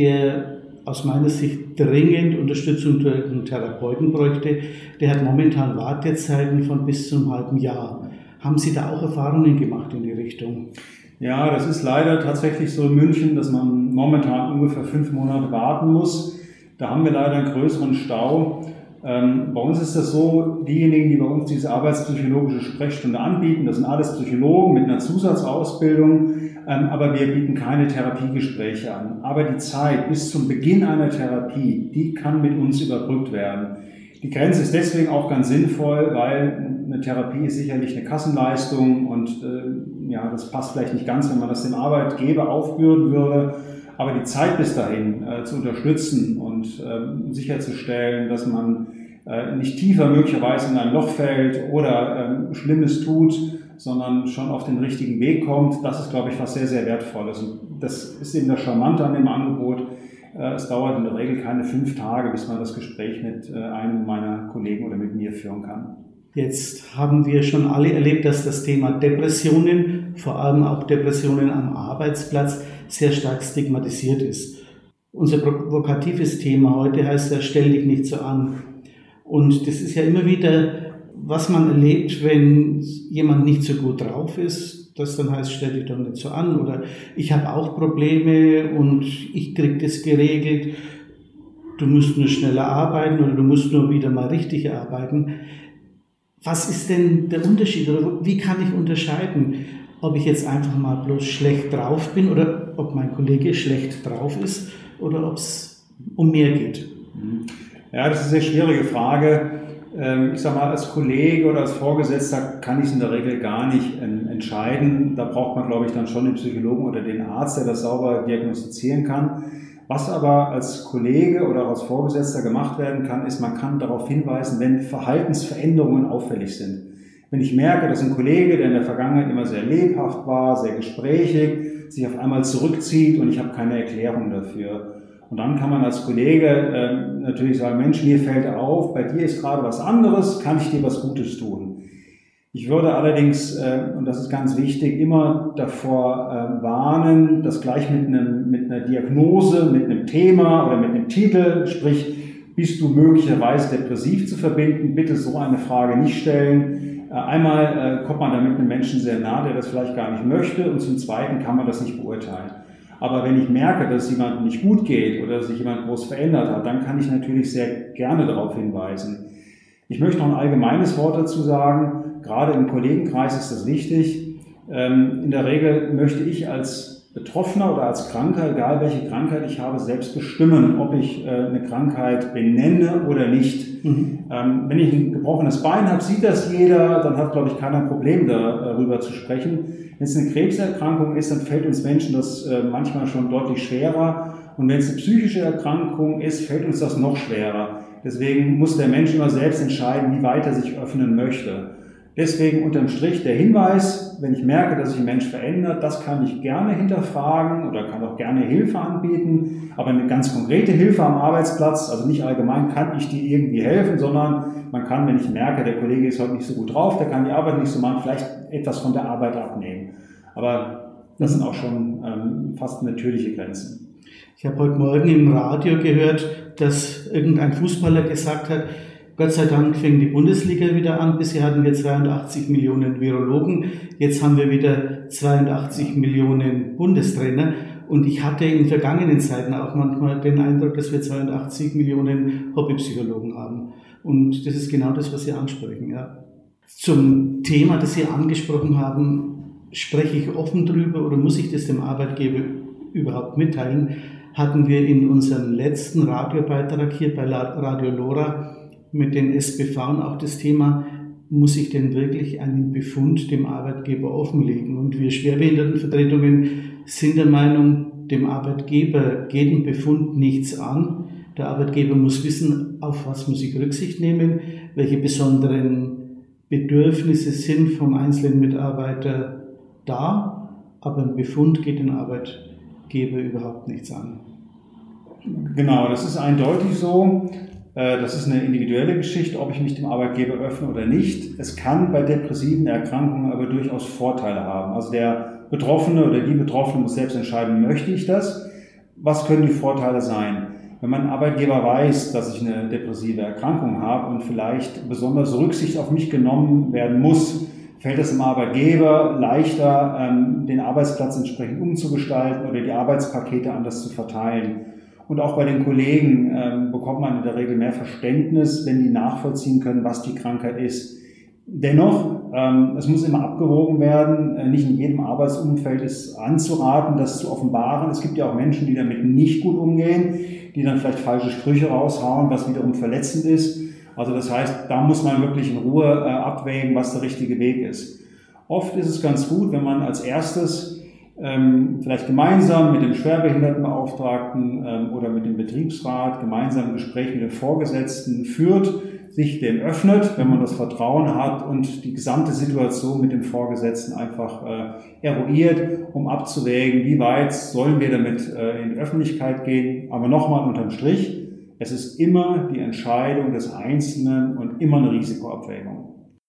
der aus meiner Sicht dringend Unterstützung durch einen Therapeuten bräuchte. Der hat momentan Wartezeiten von bis zu einem halben Jahr. Haben Sie da auch Erfahrungen gemacht in die Richtung? Ja, das ist leider tatsächlich so in München, dass man momentan ungefähr 5 Monate warten muss. Da haben wir leider einen größeren Stau. Bei uns ist das so, diejenigen, die bei uns diese arbeitspsychologische Sprechstunde anbieten, das sind alles Psychologen mit einer Zusatzausbildung, aber wir bieten keine Therapiegespräche an. Aber die Zeit bis zum Beginn einer Therapie, die kann mit uns überbrückt werden. Die Grenze ist deswegen auch ganz sinnvoll, weil eine Therapie ist sicherlich eine Kassenleistung und ja, das passt vielleicht nicht ganz, wenn man das dem Arbeitgeber aufbürden würde. Aber die Zeit bis dahin zu unterstützen und sicherzustellen, dass man nicht tiefer möglicherweise in ein Loch fällt oder Schlimmes tut, sondern schon auf den richtigen Weg kommt, das ist, glaube ich, was sehr, sehr Wertvolles. Und das ist eben das Charmante an dem Angebot. Es dauert in der Regel keine 5 Tage, bis man das Gespräch mit einem meiner Kollegen oder mit mir führen kann. Jetzt haben wir schon alle erlebt, dass das Thema Depressionen, vor allem auch Depressionen am Arbeitsplatz, sehr stark stigmatisiert ist. Unser provokatives Thema heute heißt ja, stell dich nicht so an. Und das ist ja immer wieder, was man erlebt, wenn jemand nicht so gut drauf ist, das dann heißt, stell dich doch nicht so an. Oder ich habe auch Probleme und ich kriege das geregelt. Du musst nur schneller arbeiten oder du musst nur wieder mal richtig arbeiten. Was ist denn der Unterschied oder wie kann ich unterscheiden, ob ich jetzt einfach mal bloß schlecht drauf bin oder ob mein Kollege schlecht drauf ist oder ob es um mehr geht? Ja, das ist eine sehr schwierige Frage. Ich sage mal, als Kollege oder als Vorgesetzter kann ich es in der Regel gar nicht entscheiden. Da braucht man, glaube ich, dann schon den Psychologen oder den Arzt, der das sauber diagnostizieren kann. Was aber als Kollege oder als Vorgesetzter gemacht werden kann, ist, man kann darauf hinweisen, wenn Verhaltensveränderungen auffällig sind. Wenn ich merke, dass ein Kollege, der in der Vergangenheit immer sehr lebhaft war, sehr gesprächig, sich auf einmal zurückzieht und ich habe keine Erklärung dafür. Und dann kann man als Kollege natürlich sagen, Mensch, mir fällt auf, bei dir ist gerade was anderes, kann ich dir was Gutes tun? Ich würde allerdings, und das ist ganz wichtig, immer davor warnen, das gleich mit einer Diagnose, mit einem Thema oder mit einem Titel, sprich, bist du möglicherweise depressiv zu verbinden, bitte so eine Frage nicht stellen. Einmal kommt man damit einem Menschen sehr nah, der das vielleicht gar nicht möchte, und zum Zweiten kann man das nicht beurteilen. Aber wenn ich merke, dass es jemandem nicht gut geht oder sich jemand groß verändert hat, dann kann ich natürlich sehr gerne darauf hinweisen. Ich möchte noch ein allgemeines Wort dazu sagen. Gerade im Kollegenkreis ist das wichtig. In der Regel möchte ich als Betroffener oder als Kranker, egal welche Krankheit ich habe, selbst bestimmen, ob ich eine Krankheit benenne oder nicht. Wenn ich ein gebrochenes Bein habe, sieht das jeder, dann hat, glaube ich, keiner ein Problem darüber zu sprechen. Wenn es eine Krebserkrankung ist, dann fällt uns Menschen das manchmal schon deutlich schwerer. Und wenn es eine psychische Erkrankung ist, fällt uns das noch schwerer. Deswegen muss der Mensch immer selbst entscheiden, wie weit er sich öffnen möchte. Deswegen unterm Strich der Hinweis, wenn ich merke, dass sich ein Mensch verändert, das kann ich gerne hinterfragen oder kann auch gerne Hilfe anbieten. Aber eine ganz konkrete Hilfe am Arbeitsplatz, also nicht allgemein, kann ich dir irgendwie helfen, sondern man kann, wenn ich merke, der Kollege ist heute nicht so gut drauf, der kann die Arbeit nicht so machen, vielleicht etwas von der Arbeit abnehmen. Aber das sind auch schon fast natürliche Grenzen. Ich habe heute Morgen im Radio gehört, dass irgendein Fußballer gesagt hat, Gott sei Dank fängt die Bundesliga wieder an. Bisher hatten wir 82 Millionen Virologen. Jetzt haben wir wieder 82 Millionen Bundestrainer. Und ich hatte in vergangenen Zeiten auch manchmal den Eindruck, dass wir 82 Millionen Hobbypsychologen haben. Und das ist genau das, was Sie ansprechen. Ja. Zum Thema, das Sie angesprochen haben, spreche ich offen drüber oder muss ich das dem Arbeitgeber überhaupt mitteilen? Hatten wir in unserem letzten Radiobeitrag hier bei Radio Lora mit den SBV auch das Thema, muss ich denn wirklich einen Befund dem Arbeitgeber offenlegen? Und wir Schwerbehindertenvertretungen sind der Meinung, dem Arbeitgeber geht ein Befund nichts an. Der Arbeitgeber muss wissen, auf was muss ich Rücksicht nehmen, welche besonderen Bedürfnisse sind vom einzelnen Mitarbeiter da, aber ein Befund geht den Arbeitgeber überhaupt nichts an. Genau, das ist eindeutig so. Das ist eine individuelle Geschichte, ob ich mich dem Arbeitgeber öffne oder nicht. Es kann bei depressiven Erkrankungen aber durchaus Vorteile haben. Also der Betroffene oder die Betroffene muss selbst entscheiden, möchte ich das? Was können die Vorteile sein? Wenn mein Arbeitgeber weiß, dass ich eine depressive Erkrankung habe und vielleicht besonders Rücksicht auf mich genommen werden muss, fällt es dem Arbeitgeber leichter, den Arbeitsplatz entsprechend umzugestalten oder die Arbeitspakete anders zu verteilen. Und auch bei den Kollegen bekommt man in der Regel mehr Verständnis, wenn die nachvollziehen können, was die Krankheit ist. Dennoch, es muss immer abgewogen werden. Nicht in jedem Arbeitsumfeld ist anzuraten, das zu offenbaren. Es gibt ja auch Menschen, die damit nicht gut umgehen, die dann vielleicht falsche Sprüche raushauen, was wiederum verletzend ist. Also das heißt, da muss man wirklich in Ruhe abwägen, was der richtige Weg ist. Oft ist es ganz gut, wenn man als erstes vielleicht gemeinsam mit dem Schwerbehindertenbeauftragten oder mit dem Betriebsrat gemeinsam ein Gespräch mit dem Vorgesetzten führt, sich dem öffnet, wenn man das Vertrauen hat und die gesamte Situation mit dem Vorgesetzten einfach eruiert, um abzuwägen, wie weit sollen wir damit in die Öffentlichkeit gehen. Aber nochmal unterm Strich, es ist immer die Entscheidung des Einzelnen und immer eine Risikoabwägung.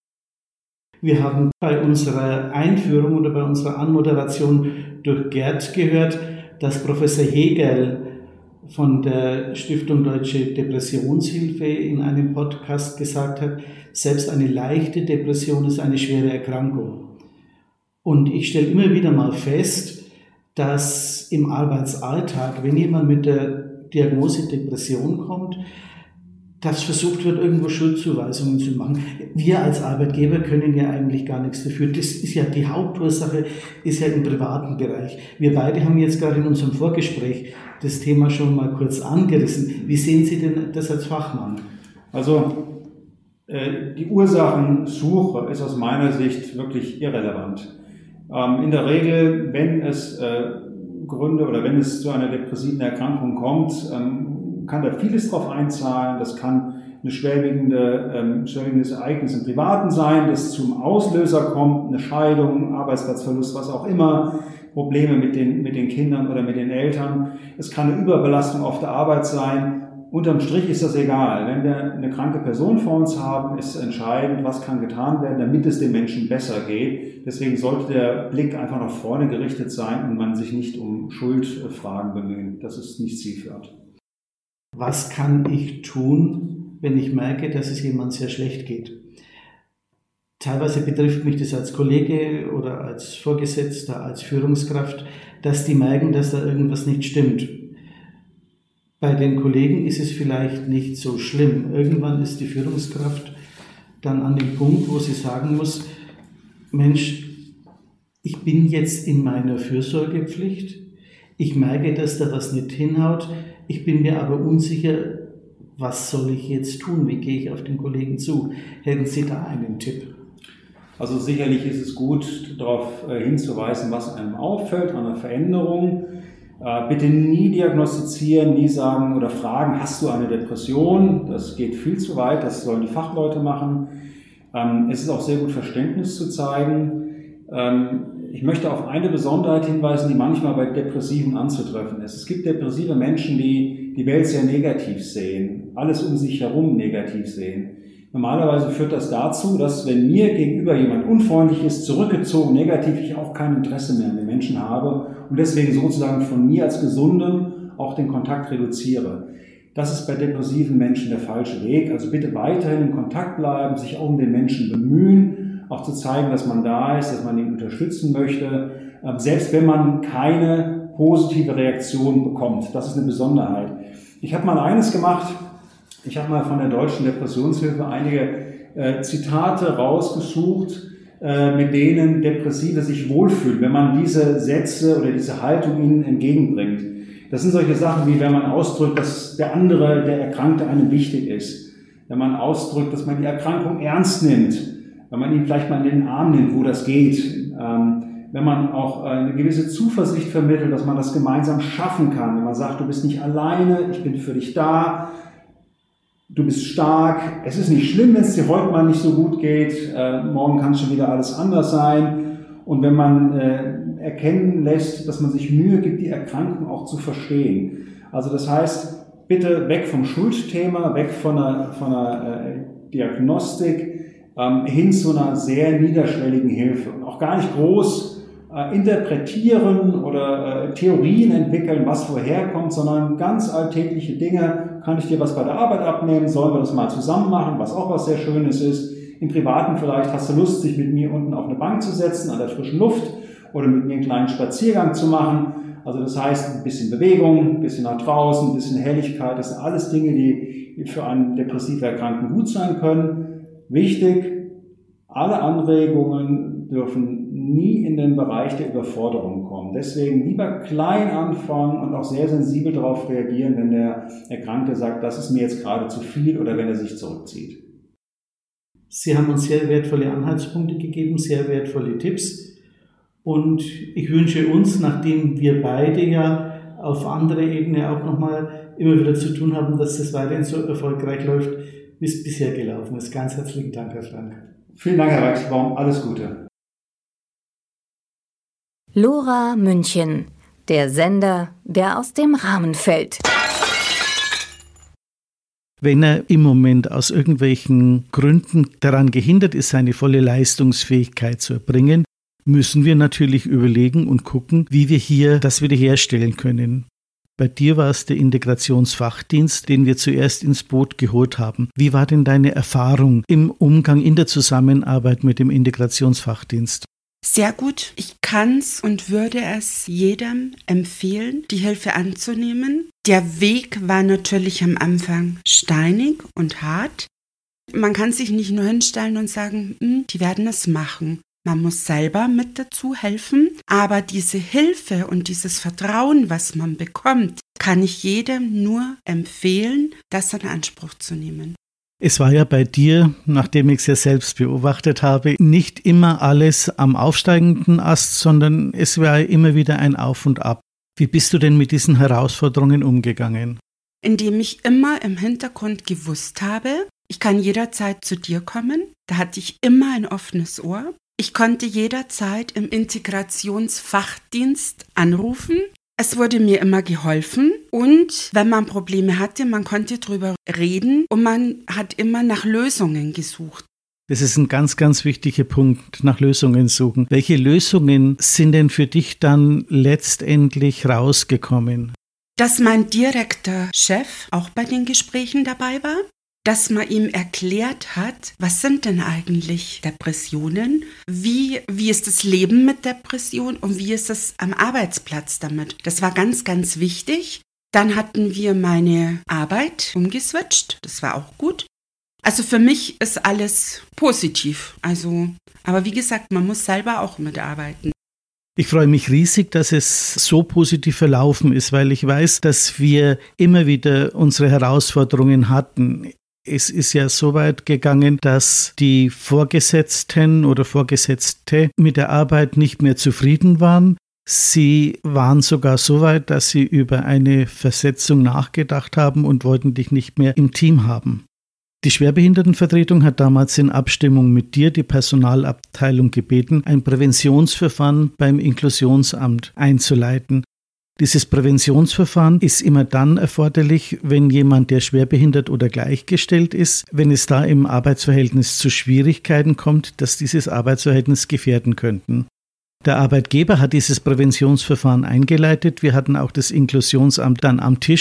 Wir haben bei unserer Einführung oder bei unserer Anmoderation durch Gerd gehört, dass Professor Hegel von der Stiftung Deutsche Depressionshilfe in einem Podcast gesagt hat, selbst eine leichte Depression ist eine schwere Erkrankung. Und ich stelle immer wieder mal fest, dass im Arbeitsalltag, wenn jemand mit der Diagnose Depression kommt, dass versucht wird, irgendwo Schuldzuweisungen zu machen. Wir als Arbeitgeber können ja eigentlich gar nichts dafür. Das ist ja die Hauptursache, ist ja im privaten Bereich. Wir beide haben jetzt gerade in unserem Vorgespräch das Thema schon mal kurz angerissen. Wie sehen Sie denn das als Fachmann? Also die Ursachensuche ist aus meiner Sicht wirklich irrelevant. In der Regel, wenn es Gründe oder wenn es zu einer depressiven Erkrankung kommt, kann da vieles drauf einzahlen. Das kann ein schwerwiegendes Ereignis im Privaten sein, das zum Auslöser kommt, eine Scheidung, Arbeitsplatzverlust, was auch immer, Probleme mit den Kindern oder mit den Eltern. Es kann eine Überbelastung auf der Arbeit sein. Unterm Strich ist das egal. Wenn wir eine kranke Person vor uns haben, ist entscheidend, was kann getan werden, damit es dem Menschen besser geht. Deswegen sollte der Blick einfach nach vorne gerichtet sein und man sich nicht um Schuldfragen bemühen. Das ist nicht zielführend. Was kann ich tun, wenn ich merke, dass es jemandem sehr schlecht geht? Teilweise betrifft mich das als Kollege oder als Vorgesetzter, als Führungskraft, dass die merken, dass da irgendwas nicht stimmt. Bei den Kollegen ist es vielleicht nicht so schlimm. Irgendwann ist die Führungskraft dann an dem Punkt, wo sie sagen muss, Mensch, ich bin jetzt in meiner Fürsorgepflicht, ich merke, dass da was nicht hinhaut, ich bin mir aber unsicher, was soll ich jetzt tun, wie gehe ich auf den Kollegen zu? Hätten Sie da einen Tipp? Also sicherlich ist es gut, darauf hinzuweisen, was einem auffällt an einer Veränderung. Bitte nie diagnostizieren, nie sagen oder fragen, hast du eine Depression? Das geht viel zu weit, das sollen die Fachleute machen. Es ist auch sehr gut, Verständnis zu zeigen. Ich möchte auf eine Besonderheit hinweisen, die manchmal bei Depressiven anzutreffen ist. Es gibt depressive Menschen, die die Welt sehr negativ sehen, alles um sich herum negativ sehen. Normalerweise führt das dazu, dass wenn mir gegenüber jemand unfreundlich ist, zurückgezogen, negativ, ich auch kein Interesse mehr an den Menschen habe und deswegen sozusagen von mir als Gesundem auch den Kontakt reduziere. Das ist bei depressiven Menschen der falsche Weg. Also bitte weiterhin in Kontakt bleiben, sich auch um den Menschen bemühen, auch zu zeigen, dass man da ist, dass man ihn unterstützen möchte, selbst wenn man keine positive Reaktion bekommt. Das ist eine Besonderheit. Ich habe mal eines gemacht. Ich habe mal von der Deutschen Depressionshilfe einige Zitate rausgesucht, mit denen Depressive sich wohlfühlen, wenn man diese Sätze oder diese Haltung ihnen entgegenbringt. Das sind solche Sachen wie, wenn man ausdrückt, dass der andere, der Erkrankte, einem wichtig ist. Wenn man ausdrückt, dass man die Erkrankung ernst nimmt. Wenn man ihn vielleicht mal in den Arm nimmt, wo das geht. Wenn man auch eine gewisse Zuversicht vermittelt, dass man das gemeinsam schaffen kann. Wenn man sagt, du bist nicht alleine, ich bin für dich da. Du bist stark. Es ist nicht schlimm, wenn es dir heute mal nicht so gut geht. Morgen kann schon wieder alles anders sein. Und wenn man erkennen lässt, dass man sich Mühe gibt, die Erkrankung auch zu verstehen. Also das heißt, bitte weg vom Schuldthema, weg von einer Diagnostik hin zu einer sehr niederschwelligen Hilfe. Und auch gar nicht groß interpretieren oder Theorien entwickeln, was woher kommt, sondern ganz alltägliche Dinge. Kann ich dir was bei der Arbeit abnehmen? Sollen wir das mal zusammen machen? Was auch was sehr Schönes ist. Im Privaten vielleicht hast du Lust, sich mit mir unten auf eine Bank zu setzen, an der frischen Luft oder mit mir einen kleinen Spaziergang zu machen. Also das heißt, ein bisschen Bewegung, ein bisschen nach draußen, ein bisschen Helligkeit. Das sind alles Dinge, die für einen depressiv Erkrankten gut sein können. Wichtig, alle Anregungen dürfen nie in den Bereich der Überforderung kommen. Deswegen lieber klein anfangen und auch sehr sensibel darauf reagieren, wenn der Erkrankte sagt, das ist mir jetzt gerade zu viel oder wenn er sich zurückzieht. Sie haben uns sehr wertvolle Anhaltspunkte gegeben, sehr wertvolle Tipps. Und ich wünsche uns, nachdem wir beide ja auf anderer Ebene auch nochmal immer wieder zu tun haben, dass das weiterhin so erfolgreich läuft, wie es bisher gelaufen ist. Ganz herzlichen Dank, Herr Frank. Vielen Dank, Herr Weichselbaum. Alles Gute. Lora München, der Sender, der aus dem Rahmen fällt. Wenn er im Moment aus irgendwelchen Gründen daran gehindert ist, seine volle Leistungsfähigkeit zu erbringen, müssen wir natürlich überlegen und gucken, wie wir hier das wiederherstellen können. Bei dir war es der Integrationsfachdienst, den wir zuerst ins Boot geholt haben. Wie war denn deine Erfahrung im Umgang, in der Zusammenarbeit mit dem Integrationsfachdienst? Sehr gut. Ich kann's und würde es jedem empfehlen, die Hilfe anzunehmen. Der Weg war natürlich am Anfang steinig und hart. Man kann sich nicht nur hinstellen und sagen, die werden es machen. Man muss selber mit dazu helfen. Aber diese Hilfe und dieses Vertrauen, was man bekommt, kann ich jedem nur empfehlen, das in Anspruch zu nehmen. Es war ja bei dir, nachdem ich es ja selbst beobachtet habe, nicht immer alles am aufsteigenden Ast, sondern es war immer wieder ein Auf und Ab. Wie bist du denn mit diesen Herausforderungen umgegangen? Indem ich immer im Hintergrund gewusst habe, ich kann jederzeit zu dir kommen. Da hatte ich immer ein offenes Ohr. Ich konnte jederzeit im Integrationsfachdienst anrufen. Es wurde mir immer geholfen und wenn man Probleme hatte, man konnte drüber reden und man hat immer nach Lösungen gesucht. Das ist ein ganz, ganz wichtiger Punkt, nach Lösungen suchen. Welche Lösungen sind denn für dich dann letztendlich rausgekommen? Dass mein direkter Chef auch bei den Gesprächen dabei war. Dass man ihm erklärt hat, was sind denn eigentlich Depressionen, wie ist das Leben mit Depression und wie ist es am Arbeitsplatz damit. Das war ganz, ganz wichtig. Dann hatten wir meine Arbeit umgeswitcht, das war auch gut. Also für mich ist alles positiv. Aber wie gesagt, man muss selber auch mitarbeiten. Ich freue mich riesig, dass es so positiv verlaufen ist, weil ich weiß, dass wir immer wieder unsere Herausforderungen hatten. Es ist ja so weit gegangen, dass die Vorgesetzten oder Vorgesetzte mit der Arbeit nicht mehr zufrieden waren. Sie waren sogar so weit, dass sie über eine Versetzung nachgedacht haben und wollten dich nicht mehr im Team haben. Die Schwerbehindertenvertretung hat damals in Abstimmung mit dir die Personalabteilung gebeten, ein Präventionsverfahren beim Inklusionsamt einzuleiten. Dieses Präventionsverfahren ist immer dann erforderlich, wenn jemand, der schwerbehindert oder gleichgestellt ist, wenn es da im Arbeitsverhältnis zu Schwierigkeiten kommt, dass dieses Arbeitsverhältnis gefährden könnten. Der Arbeitgeber hat dieses Präventionsverfahren eingeleitet. Wir hatten auch das Inklusionsamt dann am Tisch.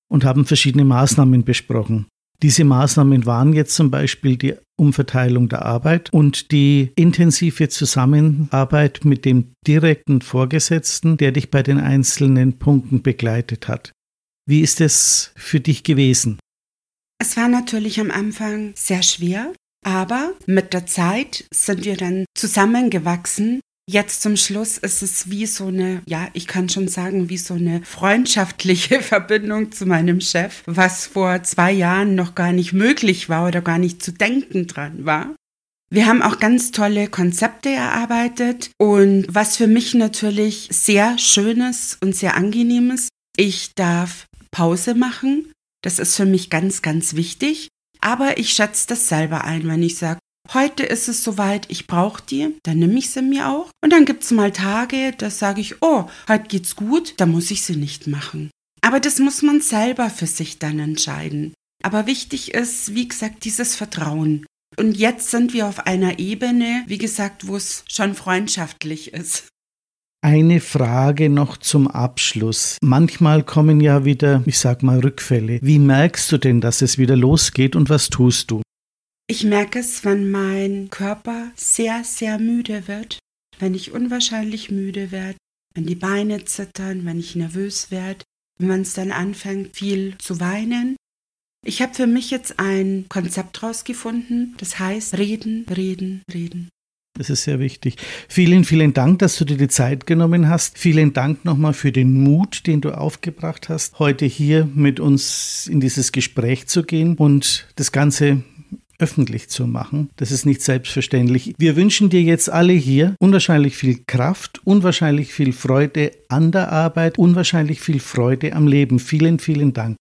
und haben verschiedene Maßnahmen besprochen. Diese Maßnahmen waren jetzt zum Beispiel die Umverteilung der Arbeit und die intensive Zusammenarbeit mit dem direkten Vorgesetzten, der dich bei den einzelnen Punkten begleitet hat. Wie ist es für dich gewesen? Es war natürlich am Anfang sehr schwer, aber mit der Zeit sind wir dann zusammengewachsen. Jetzt zum Schluss ist es wie so eine, ich kann schon sagen, wie so eine freundschaftliche Verbindung zu meinem Chef, was vor 2 Jahren noch gar nicht möglich war oder gar nicht zu denken dran war. Wir haben auch ganz tolle Konzepte erarbeitet und was für mich natürlich sehr schön ist und sehr angenehm ist, ich darf Pause machen. Das ist für mich ganz, ganz wichtig. Aber ich schätze das selber ein, wenn ich sage, heute ist es soweit, ich brauche die, dann nehme ich sie mir auch. Und dann gibt es mal Tage, da sage ich, heute geht's gut, da muss ich sie nicht machen. Aber das muss man selber für sich dann entscheiden. Aber wichtig ist, wie gesagt, dieses Vertrauen. Und jetzt sind wir auf einer Ebene, wie gesagt, wo es schon freundschaftlich ist. Eine Frage noch zum Abschluss. Manchmal kommen ja wieder, Rückfälle. Wie merkst du denn, dass es wieder losgeht und was tust du? Ich merke es, wenn mein Körper sehr, sehr müde wird, wenn ich unwahrscheinlich müde werde, wenn die Beine zittern, wenn ich nervös werde, wenn es dann anfängt, viel zu weinen. Ich habe für mich jetzt ein Konzept rausgefunden, das heißt Reden, Reden, Reden. Das ist sehr wichtig. Vielen, vielen Dank, dass du dir die Zeit genommen hast. Vielen Dank nochmal für den Mut, den du aufgebracht hast, heute hier mit uns in dieses Gespräch zu gehen und das Ganze öffentlich zu machen. Das ist nicht selbstverständlich. Wir wünschen dir jetzt alle hier unwahrscheinlich viel Kraft, unwahrscheinlich viel Freude an der Arbeit, unwahrscheinlich viel Freude am Leben. Vielen, vielen Dank.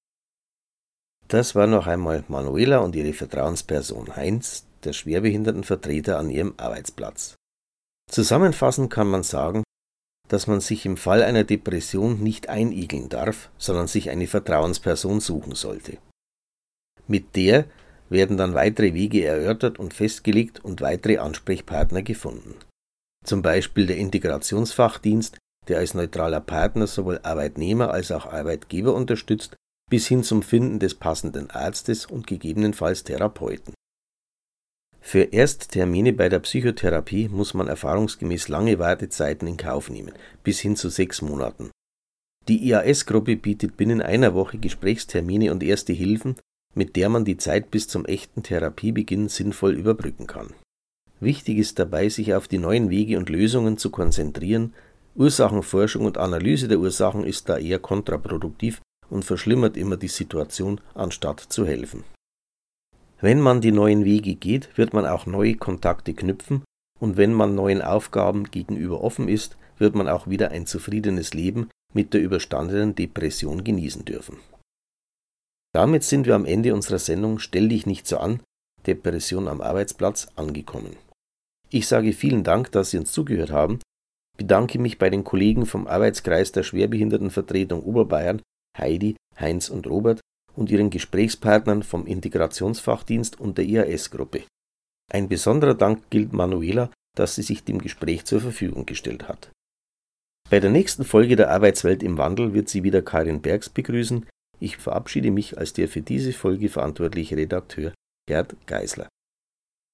Das war noch einmal Manuela und ihre Vertrauensperson Heinz, der Schwerbehindertenvertreter an ihrem Arbeitsplatz. Zusammenfassend kann man sagen, dass man sich im Fall einer Depression nicht einigeln darf, sondern sich eine Vertrauensperson suchen sollte. Mit der werden dann weitere Wege erörtert und festgelegt und weitere Ansprechpartner gefunden. Zum Beispiel der Integrationsfachdienst, der als neutraler Partner sowohl Arbeitnehmer als auch Arbeitgeber unterstützt, bis hin zum Finden des passenden Arztes und gegebenenfalls Therapeuten. Für Ersttermine bei der Psychotherapie muss man erfahrungsgemäß lange Wartezeiten in Kauf nehmen, bis hin zu 6 Monaten. Die IAS-Gruppe bietet binnen einer Woche Gesprächstermine und erste Hilfen, mit der man die Zeit bis zum echten Therapiebeginn sinnvoll überbrücken kann. Wichtig ist dabei, sich auf die neuen Wege und Lösungen zu konzentrieren. Ursachenforschung und Analyse der Ursachen ist da eher kontraproduktiv und verschlimmert immer die Situation, anstatt zu helfen. Wenn man die neuen Wege geht, wird man auch neue Kontakte knüpfen und wenn man neuen Aufgaben gegenüber offen ist, wird man auch wieder ein zufriedenes Leben mit der überstandenen Depression genießen dürfen. Damit sind wir am Ende unserer Sendung Stell dich nicht so an, Depression am Arbeitsplatz angekommen. Ich sage vielen Dank, dass Sie uns zugehört haben, bedanke mich bei den Kollegen vom Arbeitskreis der Schwerbehindertenvertretung Oberbayern, Heidi, Heinz und Robert und ihren Gesprächspartnern vom Integrationsfachdienst und der IAS-Gruppe. Ein besonderer Dank gilt Manuela, dass sie sich dem Gespräch zur Verfügung gestellt hat. Bei der nächsten Folge der Arbeitswelt im Wandel wird sie wieder Karin Bergs begrüßen. Ich verabschiede mich als der für diese Folge verantwortliche Redakteur Gerd Geisler.